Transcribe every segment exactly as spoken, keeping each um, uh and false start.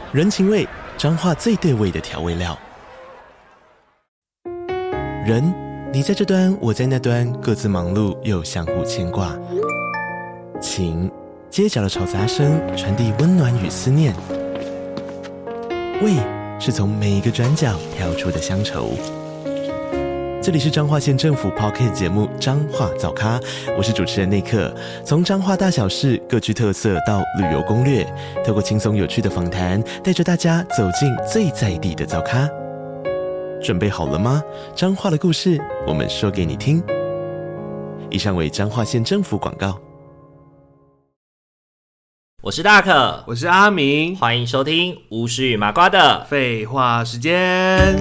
人情味，彰化最对味的调味料。人，你在这端，我在那端，各自忙碌又相互牵挂。情，街角的吵杂声传递温暖与思念。味，是从每一个转角跳出的乡愁。这里是彰化县政府 Podcast 节目《彰化早咖》，我是主持人内克。从彰化大小事各具特色到旅游攻略，透过轻松有趣的访谈，带着大家走进最在地的早咖。准备好了吗？彰化的故事，我们说给你听。以上为彰化县政府广告。 我是大可， 我是阿明， 欢迎收听巫师与麻瓜的废话时间。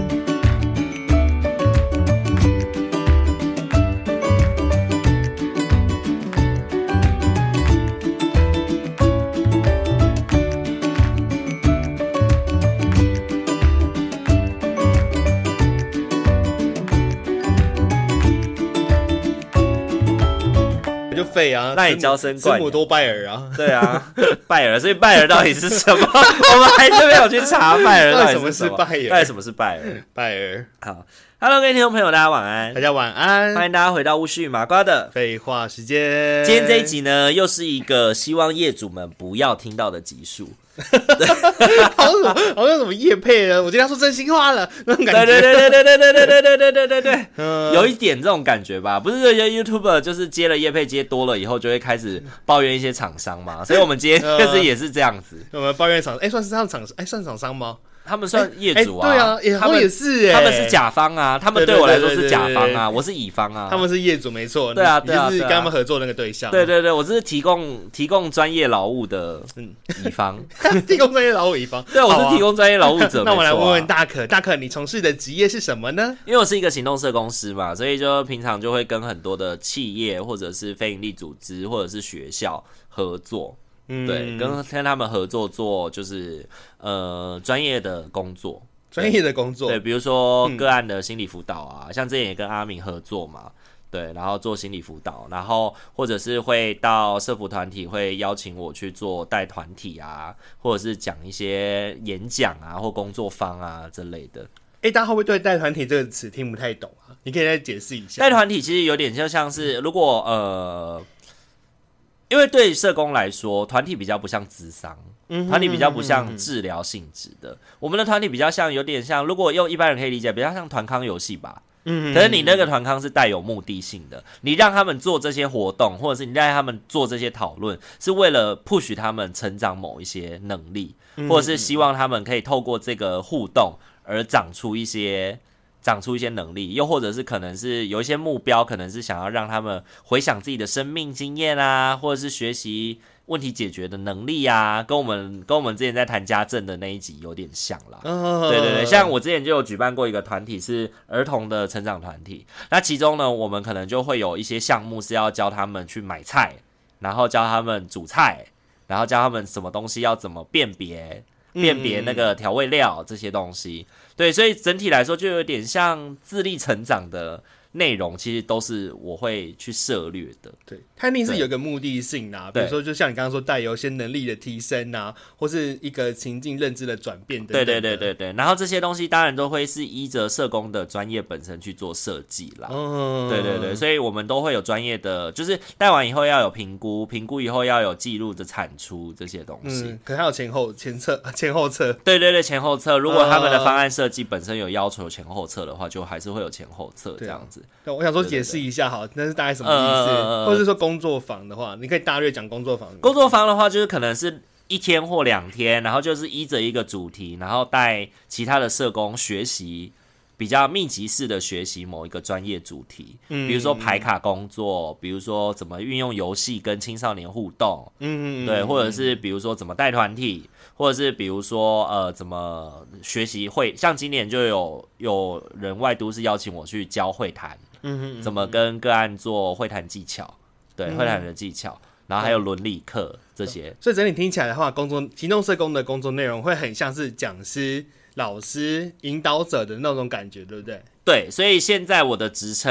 废啊！ 那你娇生惯养， 字母多拜尔啊？ 对啊，拜尔，所以拜尔到底是什么？我们还是没有去查拜尔到底是什么。 到底什么是拜尔？ 到底什么是拜尔？ 拜尔。 好 ，Hello， 各位听众朋友，大家晚安。 大家晚安， 欢迎大家回到巫师与麻瓜的废话时间。 今天这一集呢，又是一个希望业主们不要听到的集数。 好像什么，好像什么业配了，我今天要说真心话了，那种感觉。 对对对对对对对对对对对对对，嗯，有一点这种感觉吧。不是有些 YouTuber 就是接了业配接多了以后，就会开始抱怨一些厂商嘛。所以我们今天就是也是这样子。 我们抱怨厂，哎，算是他们厂，哎，算厂商吗？ 他们算业主啊， 欸欸、对啊，也他们也是、欸， 他们是甲方啊，他们对我来说是甲方啊，我是乙方啊， 他们是业主没错， 对啊，对啊， 你就是跟他们合作那个对象， 对对对，我是提供提供专业劳务的乙方， 提供专业劳务乙方， 对，我是提供专业劳务者。 那我来问问大可，大可你从事的职业是什么呢？ 因为我是一个行动社公司嘛，所以就平常就会跟很多的企业或者是非营利组织或者是学校合作。嗯、对，跟跟他们合作做就是呃专业的工作。 专业的工作， 对，比如说个案的心理辅导啊，嗯、像之前也跟阿明合作嘛，对，然后做心理辅导，然后或者是会到社福团体会邀请我去做带团体啊，或者是讲一些演讲啊或工作坊啊之类的。 哎，大家会不会对带团体这个词听不太懂啊？你可以再解释一下。 带团体其实有点就像是，如果呃，因为对社工来说，团体比较不像諮商。团体比较不像治疗性质的，我们的团体比较像，有点像，如果用一般人可以理解，比较像团康游戏吧。嗯，可是你那个团康是带有目的性的，你让他们做这些活动，或者是你让他们做这些讨论，是为了 push 他们成长某一些能力，或者是希望他们可以透过这个互动而长出一些。长出一些能力，又或者是可能是有一些目标，可能是想要让他们回想自己的生命经验啊，或者是学习问题解决的能力啊，跟我们跟我们之前在谈家政的那一集有点像啦。哦、对对对，像我之前就有举办过一个团体，是儿童的成长团体。那其中呢，我们可能就会有一些项目是要教他们去买菜，然后教他们煮菜，然后教他们什么东西要怎么辨别。辨别那个调味料这些东西，对，所以整体来说就有点像自立成长的内容，其实都是我会去涉略的。 对，它一定是有个目的性啊，比如说就像你刚刚说带有一些能力的提升啊，或是一个情境认知的转变等等的。 对对对对对，然后这些东西当然都会是依着社工的专业本身去做设计啦。嗯，对对对，所以我们都会有专业的，就是带完以后要有评估，评估以后要有记录的产出这些东西。 嗯，可能还有前后前测前后测。 对对对，前后测。如果他们的方案设计本身有要求前后测的话，就还是会有前后测这样子。 我想说解释一下好，那是大概什么意思？呃、或者是说工作坊的话，你可以大略讲工作坊。 工作坊的话，就是可能是一天或两天，然后就是依着一个主题，然后带其他的社工学习，比较密集式的学习某一个专业主题，嗯，比如说排卡工作，比如说怎么运用游戏跟青少年互动，嗯，对，或者是比如说怎么带团体。或者是比如说呃怎么学习会，像今年就有有人外都是邀请我去教会谈，嗯哼，怎么跟个案做会谈技巧，对，嗯、会谈的技巧，然后还有伦理课这些。 所以整体听起来的话，工作行动社工的工作内容会很像是讲师、老师、引导者的那种感觉，对不对？ 对，所以现在我的职称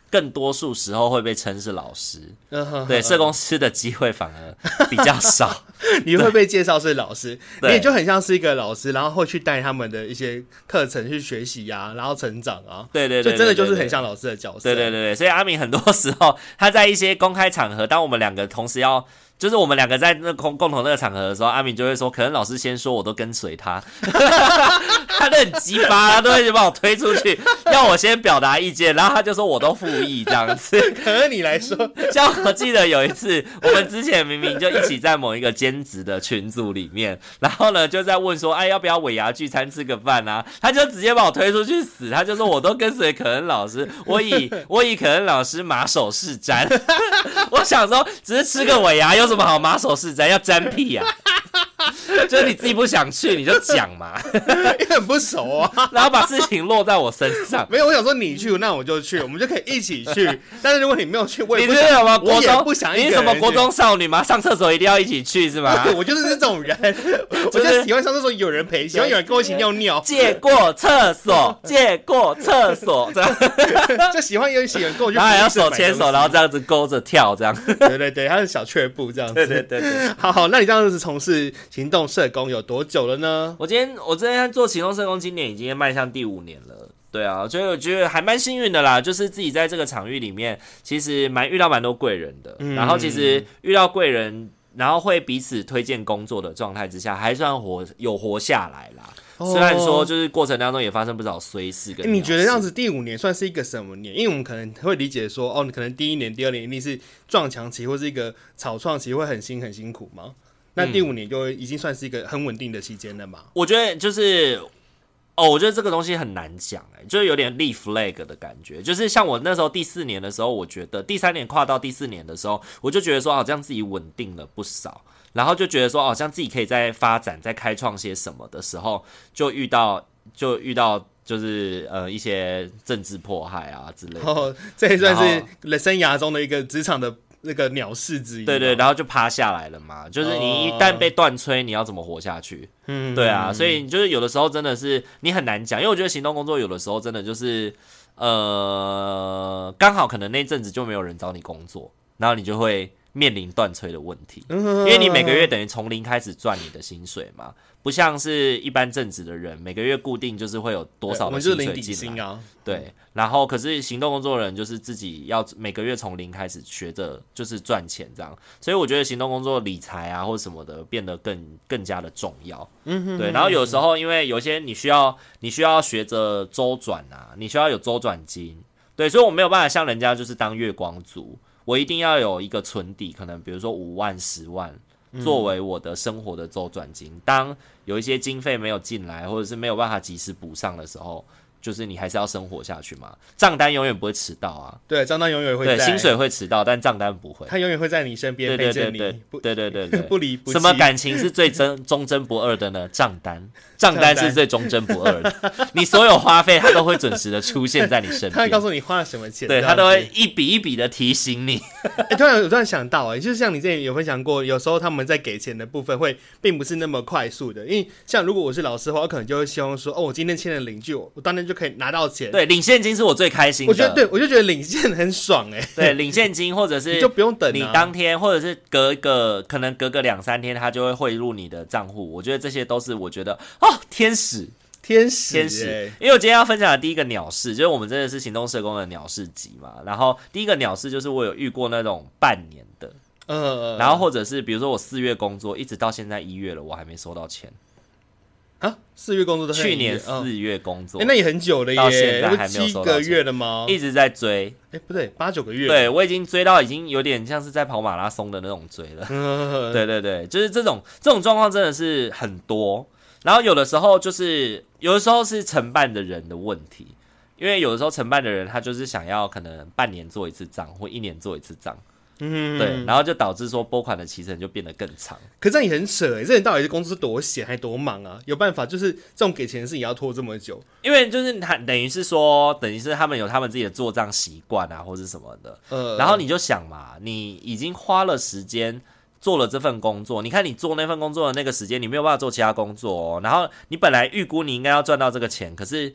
更多数时候会被称是老师，对，社工师的机会反而比较少。 你会被介绍是老师，你也就很像是一个老师，然后会去带他们的一些课程去学习啊，然后成长啊。 对对 对, 对, 对, 对， 就真的就是很像老师的角色。 对对对对，所以阿明很多时候他在一些公开场合，当我们两个同时要。就是我们两个在那共共同那个场合的时候，阿敏就会说，可能老师先说，我都跟随他，他都很鸡巴，他都会把我推出去，要我先表达意见，然后他就说我都附议这样子。 可能你来说， 像我记得有一次，我们之前明明就一起在某一个兼职的群组里面，然后呢就在问说，哎，要不要尾牙聚餐吃个饭啊？他就直接把我推出去死，他就说我都跟随可恩老师，我以我以可恩老师马首是瞻。我想说，只是吃个尾牙有什么好马首是瞻？要沾屁啊！就是你自己不想去，你就讲嘛， 也很不熟啊， 然后把事情落在我身上。 没有，我想说你去，那我就去，我们就可以一起去。但是如果你没有去，我也不想， 你是什么国中？ 不想一个人去， 你是什么国中少女吗？上厕所一定要一起去是吗？ 我就是这种人，我就喜欢上厕所有人陪，喜欢有人跟我一起尿尿。 借过厕所，借过厕所，这样就喜欢有人跟我去， 然后还要手牵手，然后这样子勾着跳，这样。 对对对，他是小雀步这样子。 对对对对， 好好，那你这样子从事行动社工有多久了呢？ 我今天我今天做行动社工，今年已经迈向第五年了。对啊，所以我觉得还蛮幸运的啦，就是自己在这个场域里面，其实蛮遇到蛮多贵人的。嗯、然后其实遇到贵人，然后会彼此推荐工作的状态之下，还算活有活下来啦。虽然说就是过程当中也发生不少衰事跟、欸、 你觉得这样子第五年算是一个什么年？因为我们可能会理解说，哦，你可能第一年、第二年一定是撞墙期或是一个草创期，会很辛很辛苦吗？那第五年就已经算是一个很稳定的期间了嘛？ 我觉得就是哦，我觉得这个东西很难讲哎、欸，就是有点立 flag 的感觉。就是像我那时候第四年的时候，我觉得第三年跨到第四年的时候，我就觉得说好像自己稳定了不少。然后就觉得说，好像自己可以再发展、再开创些什么的时候，就遇到就遇到就是呃一些政治迫害啊之类的。哦， 这也算是生涯中的一个职场的那个鸟事之一。 对对，然后就趴下来了嘛。就是你一旦被断炊，你要怎么活下去？嗯，对啊，所以就是有的时候真的是你很难讲，因为我觉得行动工作有的时候真的就是呃，刚好可能那阵子就没有人找你工作，然后你就会面临断炊的问题，因为你每个月等于从零开始赚你的薪水嘛，不像是一般正职的人每个月固定就是会有多少的薪水进来， 啊、 对，然后可是行动工作人就是自己要每个月从零开始学着就是赚钱这样，所以我觉得行动工作理财啊或什么的变得更更加的重要，嗯哼，对，然后有时候因为有些你需要你需要学着周转啊，你需要有周转金，对，所以我没有办法像人家就是当月光族。我一定要有一个存底，可能比如说五万、十万，作为我的生活的周转金。嗯、当有一些经费没有进来，或者是没有办法及时补上的时候，就是你还是要生活下去嘛。账单永远不会迟到啊， 对，账单永远会在， 对，薪水会迟到，但账单不会， 他永远会在你身边陪着你， 对对对对对， 不离不弃。 什么感情是最真忠贞不二的呢？账单。账单是最忠贞不二的，你所有花费它都会准时的出现在你身边， 他会告诉你花了什么钱， 对，他都会一笔一笔的提醒你。 欸、突然我突然想到、欸，就是像你之前有分享过，有时候他们在给钱的部分会并不是那么快速的，因为像如果我是老师的话，我可能就会希望说，哦，我今天签了领据，我当天就可以拿到钱。 对，领现金是我最开心的。 我觉得对，我就觉得领现很爽哎、欸。 对，领现金或者是你就不用等、啊， 你当天或者是隔一个可能隔个两三天，他就会汇入你的账户。我觉得这些都是我觉得哦，天使。 天使， 天使，因为我今天要分享的第一个鸟事，就是我们真的是行动社工的鸟事集嘛。然后第一个鸟事就是我有遇过那种半年的，嗯，然后或者是比如说我四月工作，一直到现在一月了，我还没收到钱啊。四月工作到去年四月工作， 哎、哦欸，那也很久了耶， 到现在还没有收到钱，七个月了吗？ 一直在追， 哎、欸，不对，八九个月， 对我已经追到已经有点像是在跑马拉松的那种追了。嗯、对对对，就是这种这种状况真的是很多。然后有的时候就是有的时候是承办的人的问题，因为有的时候承办的人他就是想要可能半年做一次账或一年做一次账，嗯，对，然后就导致说拨款的期程就变得更长。 可是这样也很扯哎、欸，这人到底是工作是多闲还多忙啊？有办法就是这种给钱的事情也要拖这么久？ 因为就是他等于是说，等于是他们有他们自己的做账习惯啊，或是什么的，呃，然后你就想嘛，你已经花了时间。做了这份工作，你看你做那份工作的那个时间，你没有办法做其他工作哦。然后你本来预估你应该要赚到这个钱，可是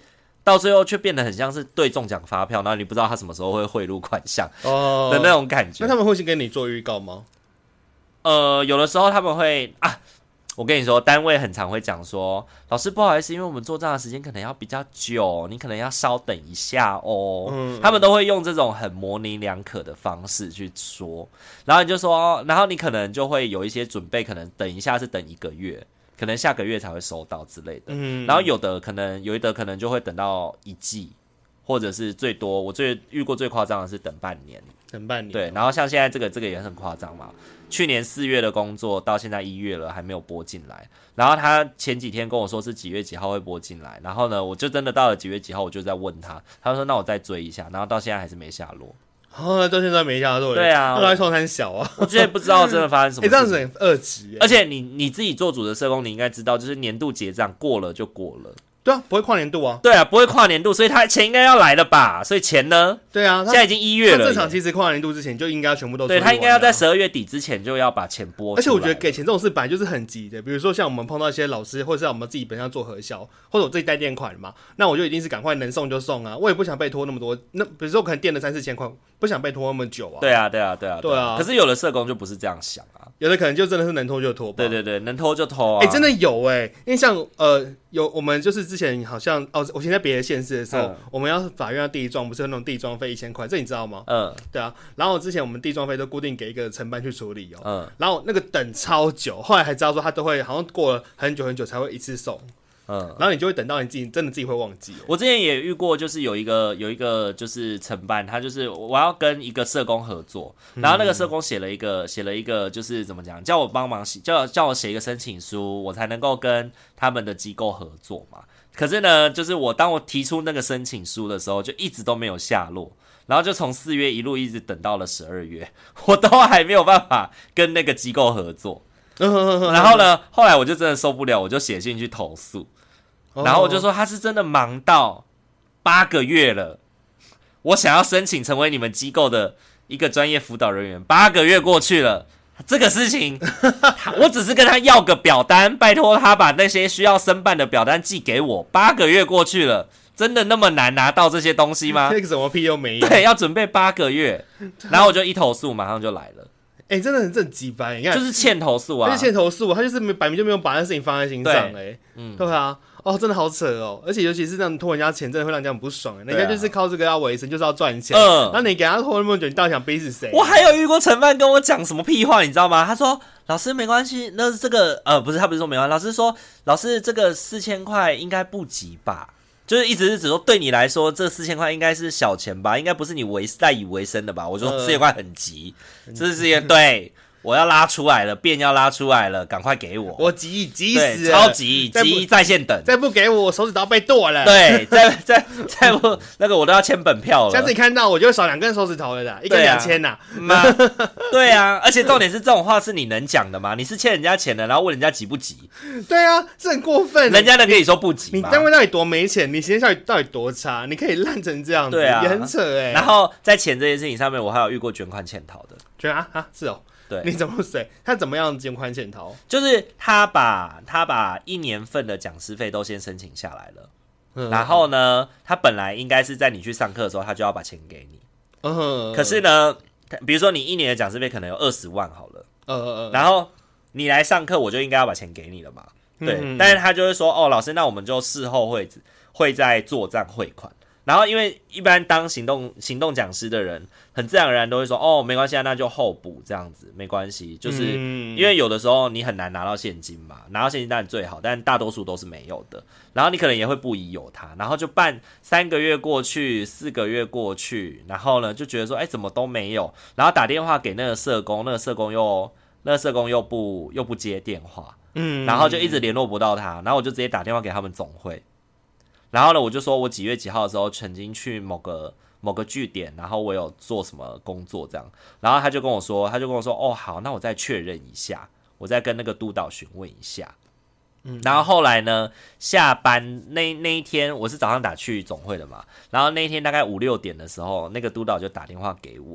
到最后却变得很像是对中奖发票，然后你不知道他什么时候会汇入款项哦的那种感觉。 那他们会先跟你做预告吗？ 呃，有的时候他们会啊。我跟你说，单位很常会讲说，老师不好意思，因为我们做账的时间可能要比较久，你可能要稍等一下哦。嗯、他们都会用这种很模棱两可的方式去说，然后你就说，然后你可能就会有一些准备，可能等一下是等一个月，可能下个月才会收到之类的。嗯、然后有的可能有的可能就会等到一季，或者是最多我最遇过最夸张的是等半年， 等半年。 对，然后像现在这个这个也很夸张嘛。去年四月的工作到现在一月了，还没有拨进来。然后他前几天跟我说是几月几号会拨进来，然后呢，我就真的到了几月几号，我就在问他，他说那我再追一下，然后到现在还是没下落。 哦，到现在没下落。 对啊， 那还冲三小啊， 我觉得不知道真的发生什么事。 哎、欸，这样子很二级。 而且你你自己做主的社工，你应该知道，就是年度结账过了就过了。 对啊，不会跨年度啊。 对啊，不会跨年度，所以他钱应该要来了吧？所以钱呢？ 对啊， 现在已经一月了。 正常其实跨年度之前就应该要全部都对他应该要在十二月底之前就要把钱拨出来。 而且我觉得给钱这种事本来就是很急的，比如说像我们碰到一些老师，或者是我们自己本身要做核销，或者我自己带电款嘛，那我就一定是赶快能送就送啊，我也不想被拖那么多。那比如说我可能垫了三四千块，不想被拖那么久啊。 对啊，对啊，对啊， 对啊。 可是有的社工就不是这样想啊， 有的可能就真的是能拖就拖吧。 对对对，能拖就拖啊。 哎、欸，真的有哎、欸，因为像呃有我们就是之前好像哦，我现在别的县市的时候，嗯、我们要法院要地状，不是有那种地状费一千块，这你知道吗？嗯，对啊。然后之前我们地状费都固定给一个承办去处理哦、喔，嗯，然后那个等超久，后来还知道说他都会好像过了很久很久才会一次送。嗯，然后你就会等到你自己真的自己会忘记。 我之前也遇过，就是有一个有一个就是承办，他就是我要跟一个社工合作，然后那个社工写了一个写了一个就是怎么讲，叫我帮忙写，叫叫我写一个申请书，我才能够跟他们的机构合作嘛。可是呢，就是我当我提出那个申请书的时候，就一直都没有下落，然后就从四月一路一直等到了十二月，我都还没有办法跟那个机构合作。然后呢，后来我就真的受不了，我就写信去投诉。然后我就说他是真的忙到八个月了，我想要申请成为你们机构的一个专业辅导人员，八个月过去了，这个事情我只是跟他要个表单，拜托他把那些需要申办的表单寄给我，八个月过去了，真的那么难拿到这些东西吗？ 那个什么屁都没有。 对，要准备八个月，然后我就一投诉马上就来了。 哎、欸，真的很正鸡掰，你看， 就是欠投诉啊， 就是欠投诉，他就是摆明就没有把那事情放在心上、欸，哎，嗯，对啊，哦，真的好扯哦，而且尤其是这样拖人家钱，真的会让人家很不爽、欸，人家就是靠这个要维生，就是要赚钱，嗯，然后你给他拖那么久，你到底想逼死谁？ 我还有遇过承办跟我讲什么屁话，你知道吗？他说老师没关系，那这个呃不是，他不是说没关系，老师说老师这个四千块应该不急吧？就是一直是指说对你来说这四千块应该是小钱吧，应该不是你为赖以为生的吧？我说四千块很急，这是件对。我要拉出来了，便要拉出来了，赶快给我！ 我急急死了， 超急急在线等， 再不给我，我手指都要被剁了。 对，再再再不那个我都要签本票了。 下次你看到我就少两根手指头了啦，一根两千呐。 对啊，而且重点是这种话是你能讲的吗？你是欠人家钱的，然后问人家急不急？ 对啊，这很过分。 人家能可以说不急吗？ 你单位到底多没钱？你行政效率到底多差？你可以烂成这样子， 对啊， 也很扯哎、欸。 然后在钱这件事情上面，我还有遇过卷款潜逃的。 卷啊啊，是哦。 对， 你怎么谁？他怎么样卷款潜逃？ 就是他把他把一年份的讲师费都先申请下来了，嗯、然后呢，他本来应该是在你去上课的时候，他就要把钱给你。嗯、可是呢，比如说你一年的讲师费可能有二十万好了，嗯嗯然后你来上课，我就应该要把钱给你了嘛。对，嗯、但是他就会说，哦，老师，那我们就事后会会再做账汇款。然后，因为一般当行动行动讲师的人，很自然而然都会说，哦，没关系啊，那就后补这样子，没关系。就是因为有的时候你很难拿到现金嘛，拿到现金当然最好，但大多数都是没有的。然后你可能也会不疑有他，然后就办三个月过去，四个月过去，然后呢就觉得说，哎，怎么都没有？然后打电话给那个社工，那个社工又那个社工又不又不接电话，嗯，然后就一直联络不到他，然后我就直接打电话给他们总会。然后呢，我就说我几月几号的时候曾经去某个某个据点，然后我有做什么工作这样，然后他就跟我说，他就跟我说，哦，好，那我再确认一下，我再跟那个督导询问一下。嗯，然后后来呢，下班那那一天我是早上打去总会的嘛，然后那一天大概五六点的时候，那个督导就打电话给我，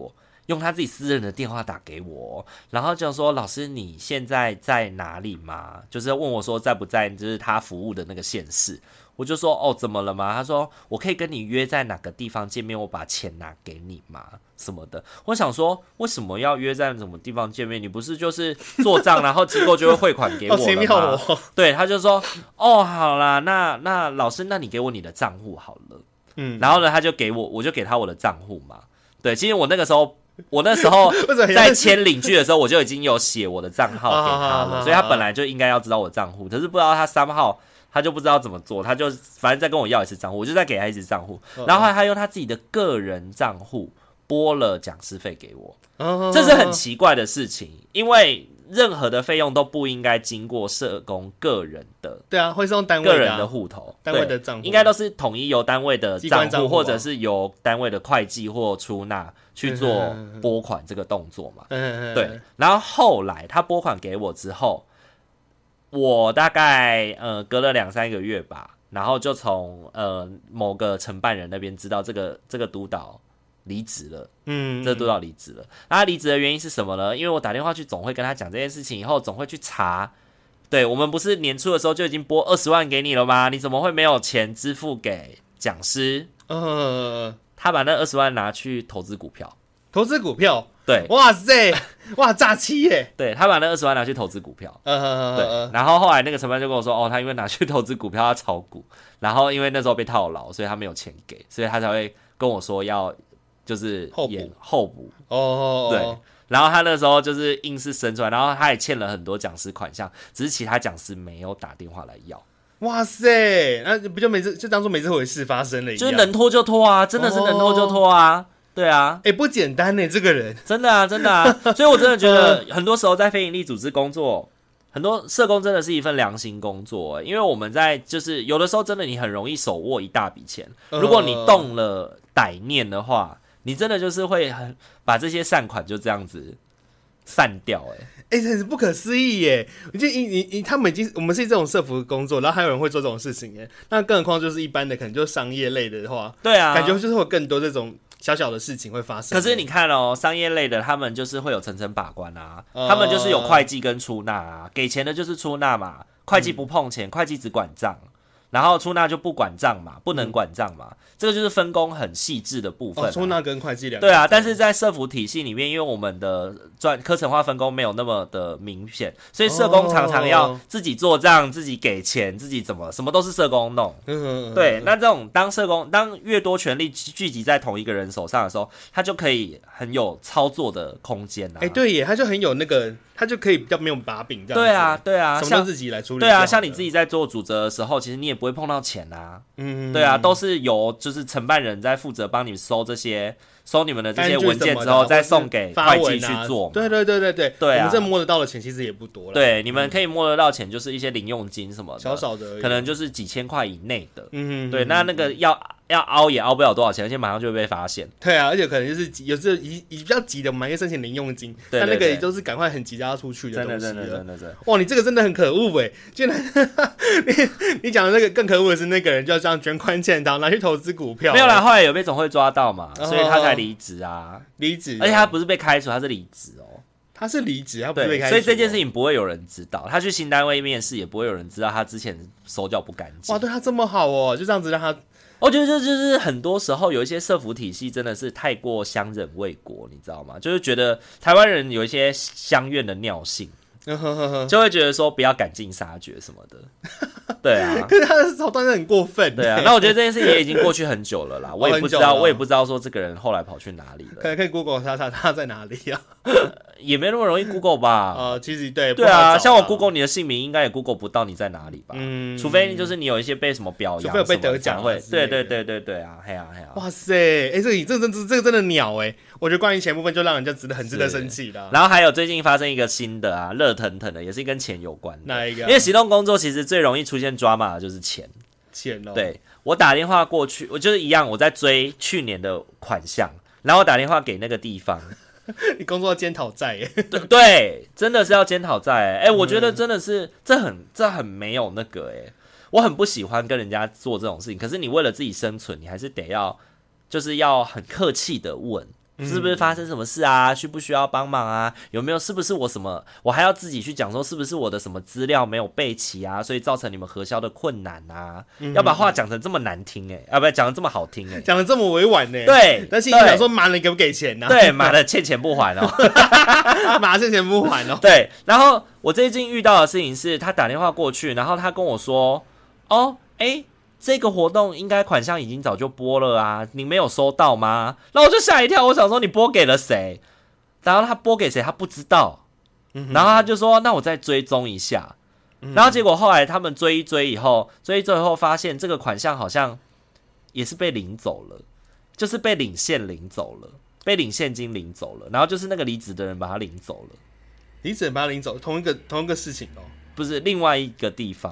用他自己私人的电话打给我，然后就说老师你现在在哪里吗？就是问我说在不在就是他服务的那个县市。我就说哦怎么了吗？他说我可以跟你约在哪个地方见面，我把钱拿给你吗？什么的。我想说为什么要约在什么地方见面？你不是就是做账然后机构就会汇款给我了吗？ 好奇妙哦。 对，他就说哦好啦，那那老师那你给我你的账户好了。嗯，然后呢他就给我我就给他我的账户嘛。对，其实我那个时候我那时候在签领据的时候我就已经有写我的账号给他了，所以他本来就应该要知道我的账户，可是不知道他三号他就不知道怎么做，他就反正再跟我要一次账户，我就再给他一次账户，然后他用他自己的个人账户拨了讲师费给我，这是很奇怪的事情，因为任何的费用都不应该经过社工个人的， 对啊，会是用单位的、啊、 个人的户头， 单位的账户， 应该都是统一由单位的账户，或者是由单位的会计或出纳去做拨款这个动作嘛。对，然后后来他拨款给我之后。我大概呃隔了两三个月吧，然后就从呃某个承办人那边知道这个这个督导离职了，嗯，这个督导离职了。那他离职的原因是什么呢？因为我打电话去总会跟他讲这件事情以后，总会去查。对，我们不是年初的时候就已经拨二十万给你了吗？你怎么会没有钱支付给讲师？呃，他把那二十万拿去投资股票。 投资股票， 对， 哇塞，哇诈欺耶！ 对，他把那二十万拿去投资股票，呃，对，然后后来那个承办就跟我说，哦，他因为拿去投资股票，他炒股，然后因为那时候被套牢，所以他没有钱给，所以他才会跟我说要就是后补后补哦， 对，然后他那时候就是硬是生出来，然后他也欠了很多讲师款项，只是其他讲师没有打电话来要。 哇塞，那不就没这就当做没这回事发生了一样， 就是能拖就拖啊，真的是能拖就拖啊。哦对啊， 哎、欸，不简单呢，这个人真的啊，真的啊，所以我真的觉得很多时候在非营利组织工作，很多社工真的是一份良心工作，因为我们在就是有的时候真的你很容易手握一大笔钱，如果你动了歹念的话，你真的就是会很把这些善款就这样子散掉、欸， 哎、欸，真是不可思议耶！我觉得你你你他们已经我们是这种社服工作，然后还有人会做这种事情耶，那更何况就是一般的可能就是商业类的话， 对啊， 感觉就是会有更多这种。小小的事情会发生， 可是你看哦，商业类的他们就是会有层层把关啊，呃、他们就是有会计跟出纳啊，给钱的就是出纳嘛，会计不碰钱，嗯、会计只管账，然后出纳就不管账嘛，不能管账嘛，嗯、这个就是分工很细致的部分、啊哦。出纳跟会计两个对啊，但是在社福体系里面，因为我们的专课程化分工没有那么的明显，所以社工常常要自己做账、自己给钱、自己怎么什么都是社工弄。嗯、对，那这种当社工当越多权力聚集在同一个人手上的时候，他就可以很有操作的空间啊。 哎、欸，对耶，他就很有那个。他就可以比较没有把柄这样子。 对啊，对啊， 什么都自己来处理。 对啊，像你自己在做主责的时候，其实你也不会碰到钱啊。嗯，对啊，都是由就是承办人在负责帮你收这些。收你们的这些文件之后，再送给会计去做、啊。 对对对对对， 对啊， 我们这摸得到的钱其实也不多了。 对，你们可以摸得到钱，就是一些零用金什么的， 小少的而已， 可能就是几千块以内的。嗯，对，那那个要要凹也凹不了多少钱，而且马上就会被发现。 对啊，而且可能就是有时候以比较急的，我们还可以申请零用金，但那个也都是赶快很急着要出去的东西了。真的真的真的真的。哇，你这个真的很可恶哎！竟然你你讲的那个更可恶的是，那个人就要这样捐款潜逃，拿去投资股票。 没有啦，后来有被总会抓到嘛，所以他才离职啊。 离职， 而且他不是被开除，他是离职哦。 他是离职，他不是被开除、哦。 所以这件事情不会有人知道，他去新单位面试也不会有人知道他之前手脚不干净。 哇，对他这么好哦，就这样子让他。 我觉得这就是很多时候有一些社福体系真的是太过相忍为国，你知道吗？就是觉得台湾人有一些乡愿的尿性。就会觉得说不要赶尽杀绝什么的，对啊。 可是他的手段是很过分， 对啊。那我觉得这件事情也已经过去很久了啦，我也不知道，我也不知道说这个人后来跑去哪里了。 可以可以 Google 他他他在哪里啊？ 也没那么容易 Google 吧？ 呃，其实对， 对啊，像我 Google 你的姓名，应该也 Google 不到你在哪里吧？嗯，除非就是你有一些被什么表扬， 除非有被得奖会，对对对对对啊，嘿啊嘿啊。 哇塞，哎、欸，这个这个这个真的鸟哎、欸！我觉得关于钱部分就让人家值得很值得生气的、啊。 然后还有最近发生一个新的啊，热腾腾的，也是跟钱有关的。 哪一个、啊？ 因为行动工作其实最容易出现drama的就是钱。 钱哦。对， 我打电话过去，我就是一样，我在追去年的款项，然后我打电话给那个地方。 你工作要检讨债耶？ 对对，真的是要检讨债哎！哎、欸，我觉得真的是、嗯、这很这很没有那个哎，我很不喜欢跟人家做这种事情。可是你为了自己生存，你还是得要就是要很客气的问。 是不是发生什么事啊？需不需要帮忙啊？有没有？是不是我什么？我还要自己去讲说，是不是我的什么资料没有备齐啊？所以造成你们核销的困难啊？嗯、要把话讲成这么难听哎、欸，啊不，讲得这么好听哎、欸， 讲得这么委婉呢、欸？ 对， 但是你想说妈的给不给钱呢、啊？ 对，妈的欠钱不还哦， 妈欠钱不还哦。 对，然后我最近遇到的事情是，他打电话过去，然后他跟我说，哦，哎。这个活动应该款项已经早就拨了啊，你没有收到吗？然后我就吓一跳，我想说你拨给了谁？然后他拨给谁他不知道，然后他就说那我再追踪一下，然后结果后来他们追一追以后，追一追以后发现这个款项好像也是被领走了，就是被领现领走了，被领现金领走了，然后就是那个离职的人把他领走了， 离职人把他领走，同一个同一个事情哦， 不是另外一个地方。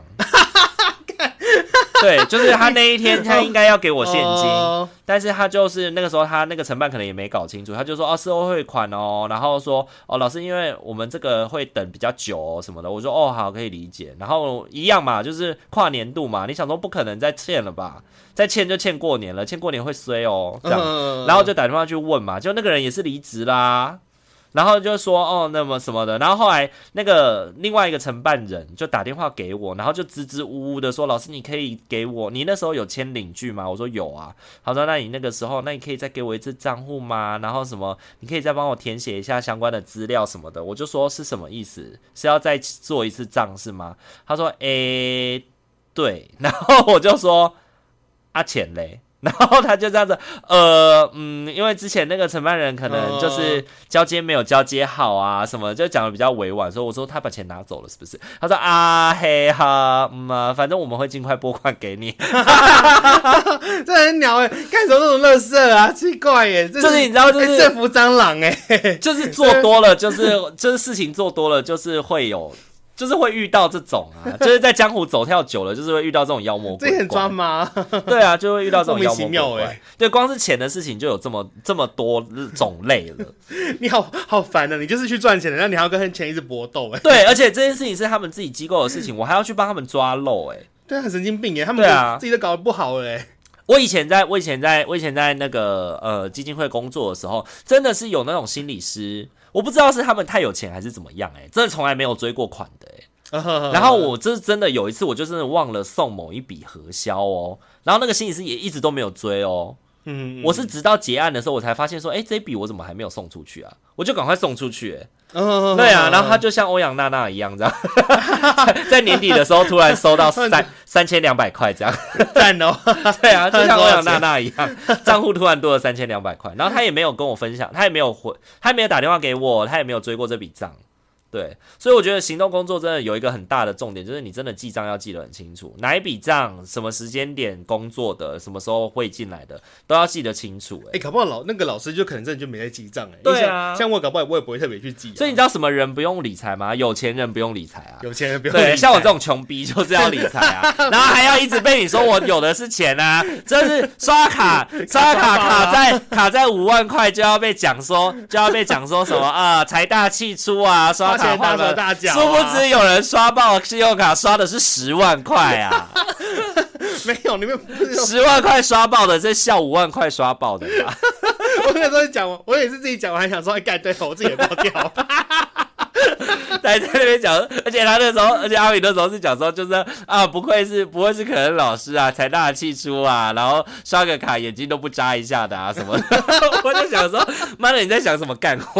对，就是他那一天他应该要给我现金，哦、但是他就是那个时候他那个承办可能也没搞清楚，他就说哦事后汇款哦，然后说哦老师因为我们这个会等比较久哦什么的，我说哦好可以理解，然后一样嘛，就是跨年度嘛，你想说不可能再欠了吧，再欠就欠过年了，欠过年会衰哦这样，嗯、然后就打电话去问嘛，就那个人也是离职啦。然后就说哦，那么什么的，然后后来那个另外一个承办人就打电话给我，然后就支支吾吾的说：“老师，你可以给我，你那时候有签领据吗？”我说有啊。他说：“那你那个时候，那你可以再给我一次账户吗？然后什么，你可以再帮我填写一下相关的资料什么的。”我就说是什么意思？是要再做一次账是吗？他说：“诶，对。”然后我就说：“啊，钱嘞？”然后他就这样子，呃，嗯，因为之前那个承办人可能就是交接没有交接好啊，什么就讲的比较委婉，所以我说他把钱拿走了是不是？他说啊嘿哈，嗯啊，反正我们会尽快拨款给你。 这很鸟哎、欸，干什么那种垃圾啊？奇怪耶、欸， 就是你知道，就是政府蟑螂哎、欸， 就是做多了，就是就是事情做多了，就是会有。就是会遇到这种啊，就是在江湖走跳久了，就是会遇到这种妖魔鬼怪。 这很抓吗？ 对啊，就会遇到这种妖魔鬼怪。 欸、 对，光是钱的事情就有这么这么多种类了。 你好好烦啊！你就是去赚钱的，然后你还要跟钱一直搏斗哎。 对，而且这件事情是他们自己机构的事情，我还要去帮他们抓漏哎。 对啊，很神经病哎，他们自己都搞得不好了哎。 我以前在，我以前在，我以前在那个呃基金会工作的时候，真的是有那种心理师。我不知道是他们太有钱还是怎么样、欸，哎，真的从来没有追过款的、欸，哎。然后我这真的有一次，我就真的忘了送某一笔核销哦，然后那个心理师也一直都没有追哦。嗯，我是直到结案的时候，我才发现说，哎、欸，这一笔我怎么还没有送出去啊？我就赶快送出去、欸，哎。对啊，然后他就像欧阳娜娜一样，这样，在年底的时候突然收到三三千两百块，这样赞哦。 对啊，就像欧阳娜娜一样，账户突然多了三千两百块，然后他也没有跟我分享，他也没有回，他也没有打电话给我，他也没有追过这笔账。对，所以我觉得行动工作真的有一个很大的重点，就是你真的记账要记得很清楚，哪一笔账、什么时间点工作的、什么时候汇进来的，都要记得清楚、欸。哎、 欸，搞不好老那个老师就可能真的就没在记账哎。 对啊， 像我搞不好我也不会特别去记、啊。 所以你知道什么人不用理财吗？有钱人不用理财啊， 有钱人不用理财。 对，像我这种穷逼就是要理财啊，然后还要一直被你说我有的是钱啊，就是刷卡刷卡卡在卡在五万块就要被讲说就要被讲说什么啊财大气粗啊，刷卡大手大脚、啊。 殊不知有人刷爆信用卡刷的是十万块啊！ 没有，你们十万块刷爆的，这笑五万块刷爆的吧？ 我那时候讲，我也是自己讲，我还想说，哎，干对，我自己也爆掉。 还在那边讲，而且他那时候，而且阿敏那时候是讲说，就是啊，不愧是不会是可能老师啊，财大气粗啊，然后刷个卡眼睛都不眨一下的啊什么的。我就想说，妈的，你在想什么干话？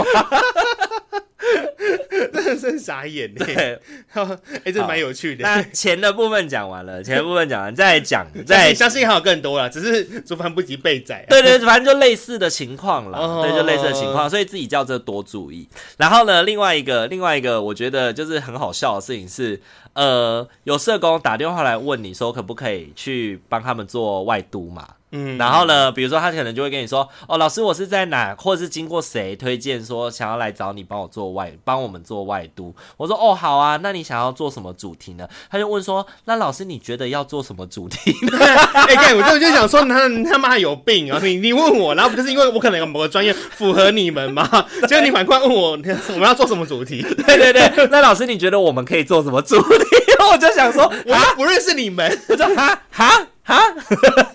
真的是傻眼呢。对，哎，这蛮有趣的。 那钱的部分讲完了，钱的部分讲完，再来讲，再相信还有更多啦，只是竹繁不及备载、啊。 对对，反正就类似的情况啦，哦、对，就类似的情况，所以自己叫这多注意。然后呢，另外一个，另外一个，我觉得就是很好笑的事情是，呃，有社工打电话来问你说，可不可以去帮他们做外督嘛？嗯，然后呢，比如说他可能就会跟你说，哦，老师，我是在哪，或者是经过谁推荐说想要来找你帮我做外，帮我们做外督。我说，哦，好啊，那你想要做什么主题呢？他就问说，那老师你觉得要做什么主题呢？ 哎、欸，我就就想说，他他妈有病啊！你你问我，然后不就是因为我可能有某个专业符合你们吗？结果你反过来问我，我们要做什么主题？ 对对对，那老师你觉得我们可以做什么主题？我就想说， 我都不认识你们， 我就哈哈哈。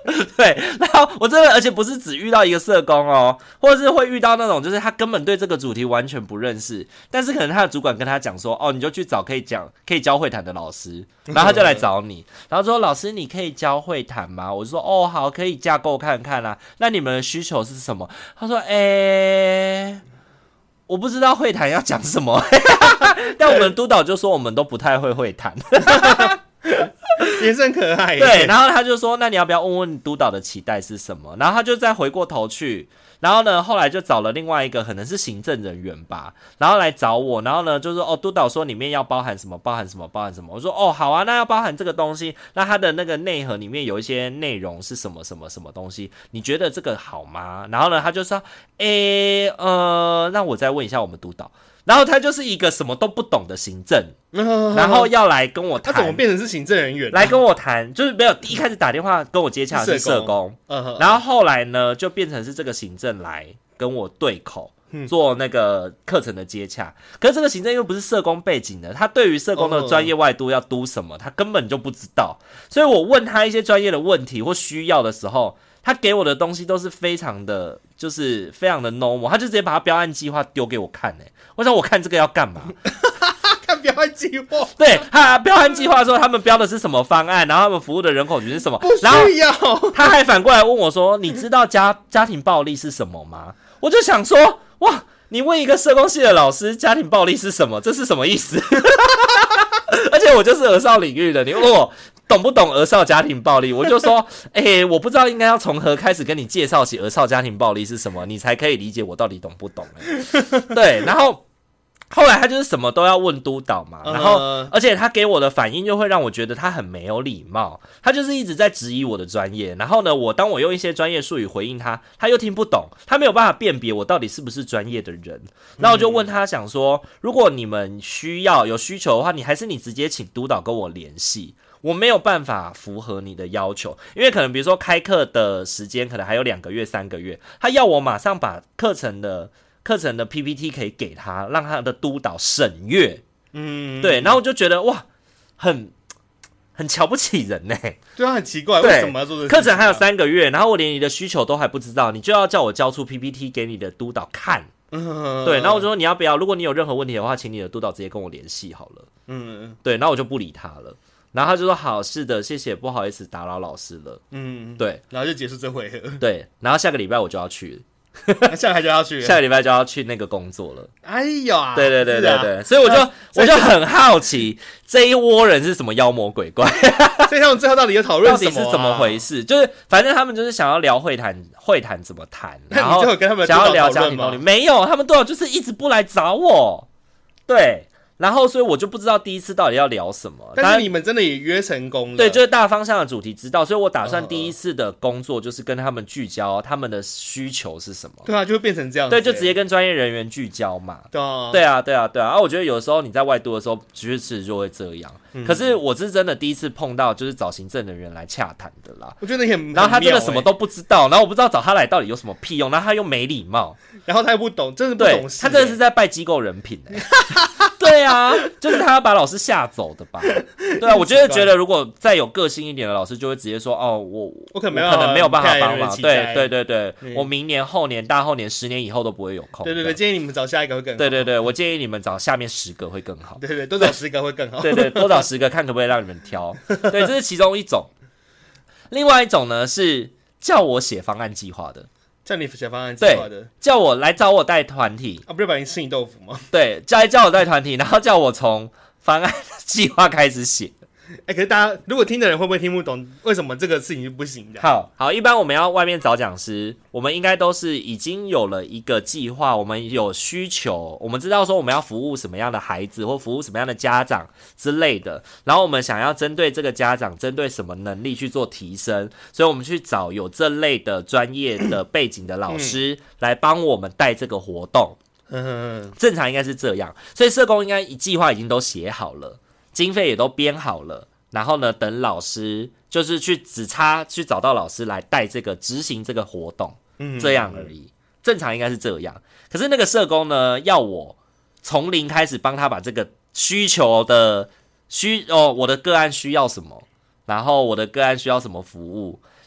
对，然后我真的，而且不是只遇到一个社工哦，或者是会遇到那种，就是他根本对这个主题完全不认识，但是可能他的主管跟他讲说，哦，你就去找可以讲、可以教会谈的老师，然后他就来找你，然后说老师，你可以教会谈吗？我就说，哦，好，可以架构看看啊。那你们的需求是什么？他说，诶。我不知道会谈要讲什么，但我们督导就说我们都不太会会谈。 也是很可爱耶。 对，然后他就说，那你要不要问问督导的期待是什么？然后他就再回过头去，然后呢，后来就找了另外一个可能是行政人员吧，然后来找我，然后呢就说，哦，督导说里面要包含什么，包含什么，包含什么。我说，哦，好啊，那要包含这个东西，那它的那个内核里面有一些内容是什么什么什么东西，你觉得这个好吗？然后呢，他就说，诶，呃，那我再问一下我们督导。然后他就是一个什么都不懂的行政，然后要来跟我谈， 他怎么变成是行政人员、啊？ 来跟我谈，就是没有一开始打电话跟我接洽是社工，嗯、然后后来呢就变成是这个行政来跟我对口。做那个课程的接洽，可是这个行政又不是社工背景的，他对于社工的专业外督要督什么，他根本就不知道。所以我问他一些专业的问题或需要的时候，他给我的东西都是非常的，就是非常的 normal， 他就直接把他标案计划丢给我看、欸、我想我看这个要干嘛？ 看标案计划， 对，他标案计划说他们标的是什么方案，然后他们服务的人口群是什么， 不需要。 然后他还反过来问我说：“你知道家家庭暴力是什么吗？”我就想说，哇，你问一个社工系的老师，家庭暴力是什么？这是什么意思？而且我就是儿少领域的，你问我懂不懂儿少家庭暴力？我就说，哎、欸，我不知道应该要从何开始跟你介绍起儿少家庭暴力是什么，你才可以理解我到底懂不懂、欸。对，然后。后来他就是什么都要问督导嘛，然后而且他给我的反应就会让我觉得他很没有礼貌，他就是一直在质疑我的专业，然后呢，我当我用一些专业术语回应他，他又听不懂，他没有办法辨别我到底是不是专业的人，然后我就问他想说，如果你们需要有需求的话，你还是你直接请督导跟我联系。我没有办法符合你的要求，因为可能比如说开课的时间可能还有两个月、三个月，他要我马上把课程的课程的 P P T 可以给他，让他的督导审阅。嗯，对，然后我就觉得哇，很很瞧不起人呢、欸。 对啊，很奇怪，为什么要做这个、啊？ 课程还有三个月，然后我连你的需求都还不知道，你就要叫我交出 P P T 给你的督导看。嗯，对，然后我就说你要不要？如果你有任何问题的话，请你的督导直接跟我联系好了。嗯，对，然后我就不理他了。然后他就说好，是的，谢谢，不好意思打扰老师了。嗯，对， 然后就结束这回合。 对，然后下个礼拜我就要去了。下个就要去了， 下个礼拜就要去那个工作了。 哎呀， 对对对对对，啊、所以我就、啊、我就很好奇这一窝人是什么妖魔鬼怪， 所以他们最后到底有讨论什么、啊？ 到底是怎么回事？就是反正他们就是想要聊会谈，会谈怎么谈，然后跟他们想要聊家庭暴力，没有，他们多少就是一直不来找我，对。然后，所以我就不知道第一次到底要聊什么。 但是你们真的也约成功了， 对，就是大方向的主题知道，所以我打算第一次的工作就是跟他们聚焦他们的需求是什么。 对啊，就会变成这样子。 对，就直接跟专业人员聚焦嘛。 对啊， 对啊，对啊，对啊。啊，我觉得有时候你在外督的时候，确实就会这样。嗯、可是我是真的第一次碰到，就是找行政人员来洽谈的啦。 我觉得很， 然后他真的什么都不知道，然后我不知道找他来到底有什么屁用，然后他又没礼貌， 然后他又不懂，真的不懂事、欸。 他真的是在拜机构人品哎、欸。对啊，就是他要把老师吓走的吧？对啊，我觉得觉得如果再有个性一点的老师，就会直接说哦，我我可能可能没有办法帮忙。对对对对， 嗯、 我明年、后年、大后年、十年以后都不会有空。 对对对，建议你们找下一个会更好。 对对对，我建议你们找下面十个会更好。 对对对，多找十个会更好。 对对，多找十个看可不可以让你们挑。对，这是其中一种。另外一种呢是叫我写方案计划的。 叫你写方案计划的， 叫我来找我带团体啊，不是把你吃你豆腐吗？ 对，叫叫我带团体，然后叫我从方案计划开始写。 哎、欸，可是大家如果听的人会不会听不懂为什么这个事情是不行的？ 好好，一般我们要外面找讲师，我们应该都是已经有了一个计划，我们有需求，我们知道说我们要服务什么样的孩子或服务什么样的家长之类的，然后我们想要针对这个家长，针对什么能力去做提升，所以我们去找有这类的专业的背景的老师来帮我们带这个活动。嗯，正常应该是这样，所以社工应该计划已经都写好了。经费也都编好了，然后呢，等老师就是去只差去找到老师来带这个执行这个活动，嗯，这样而已。正常应该是这样。可是那个社工呢，要我从零开始帮他把这个需求的需哦，我的个案需要什么，然后我的个案需要什么服务，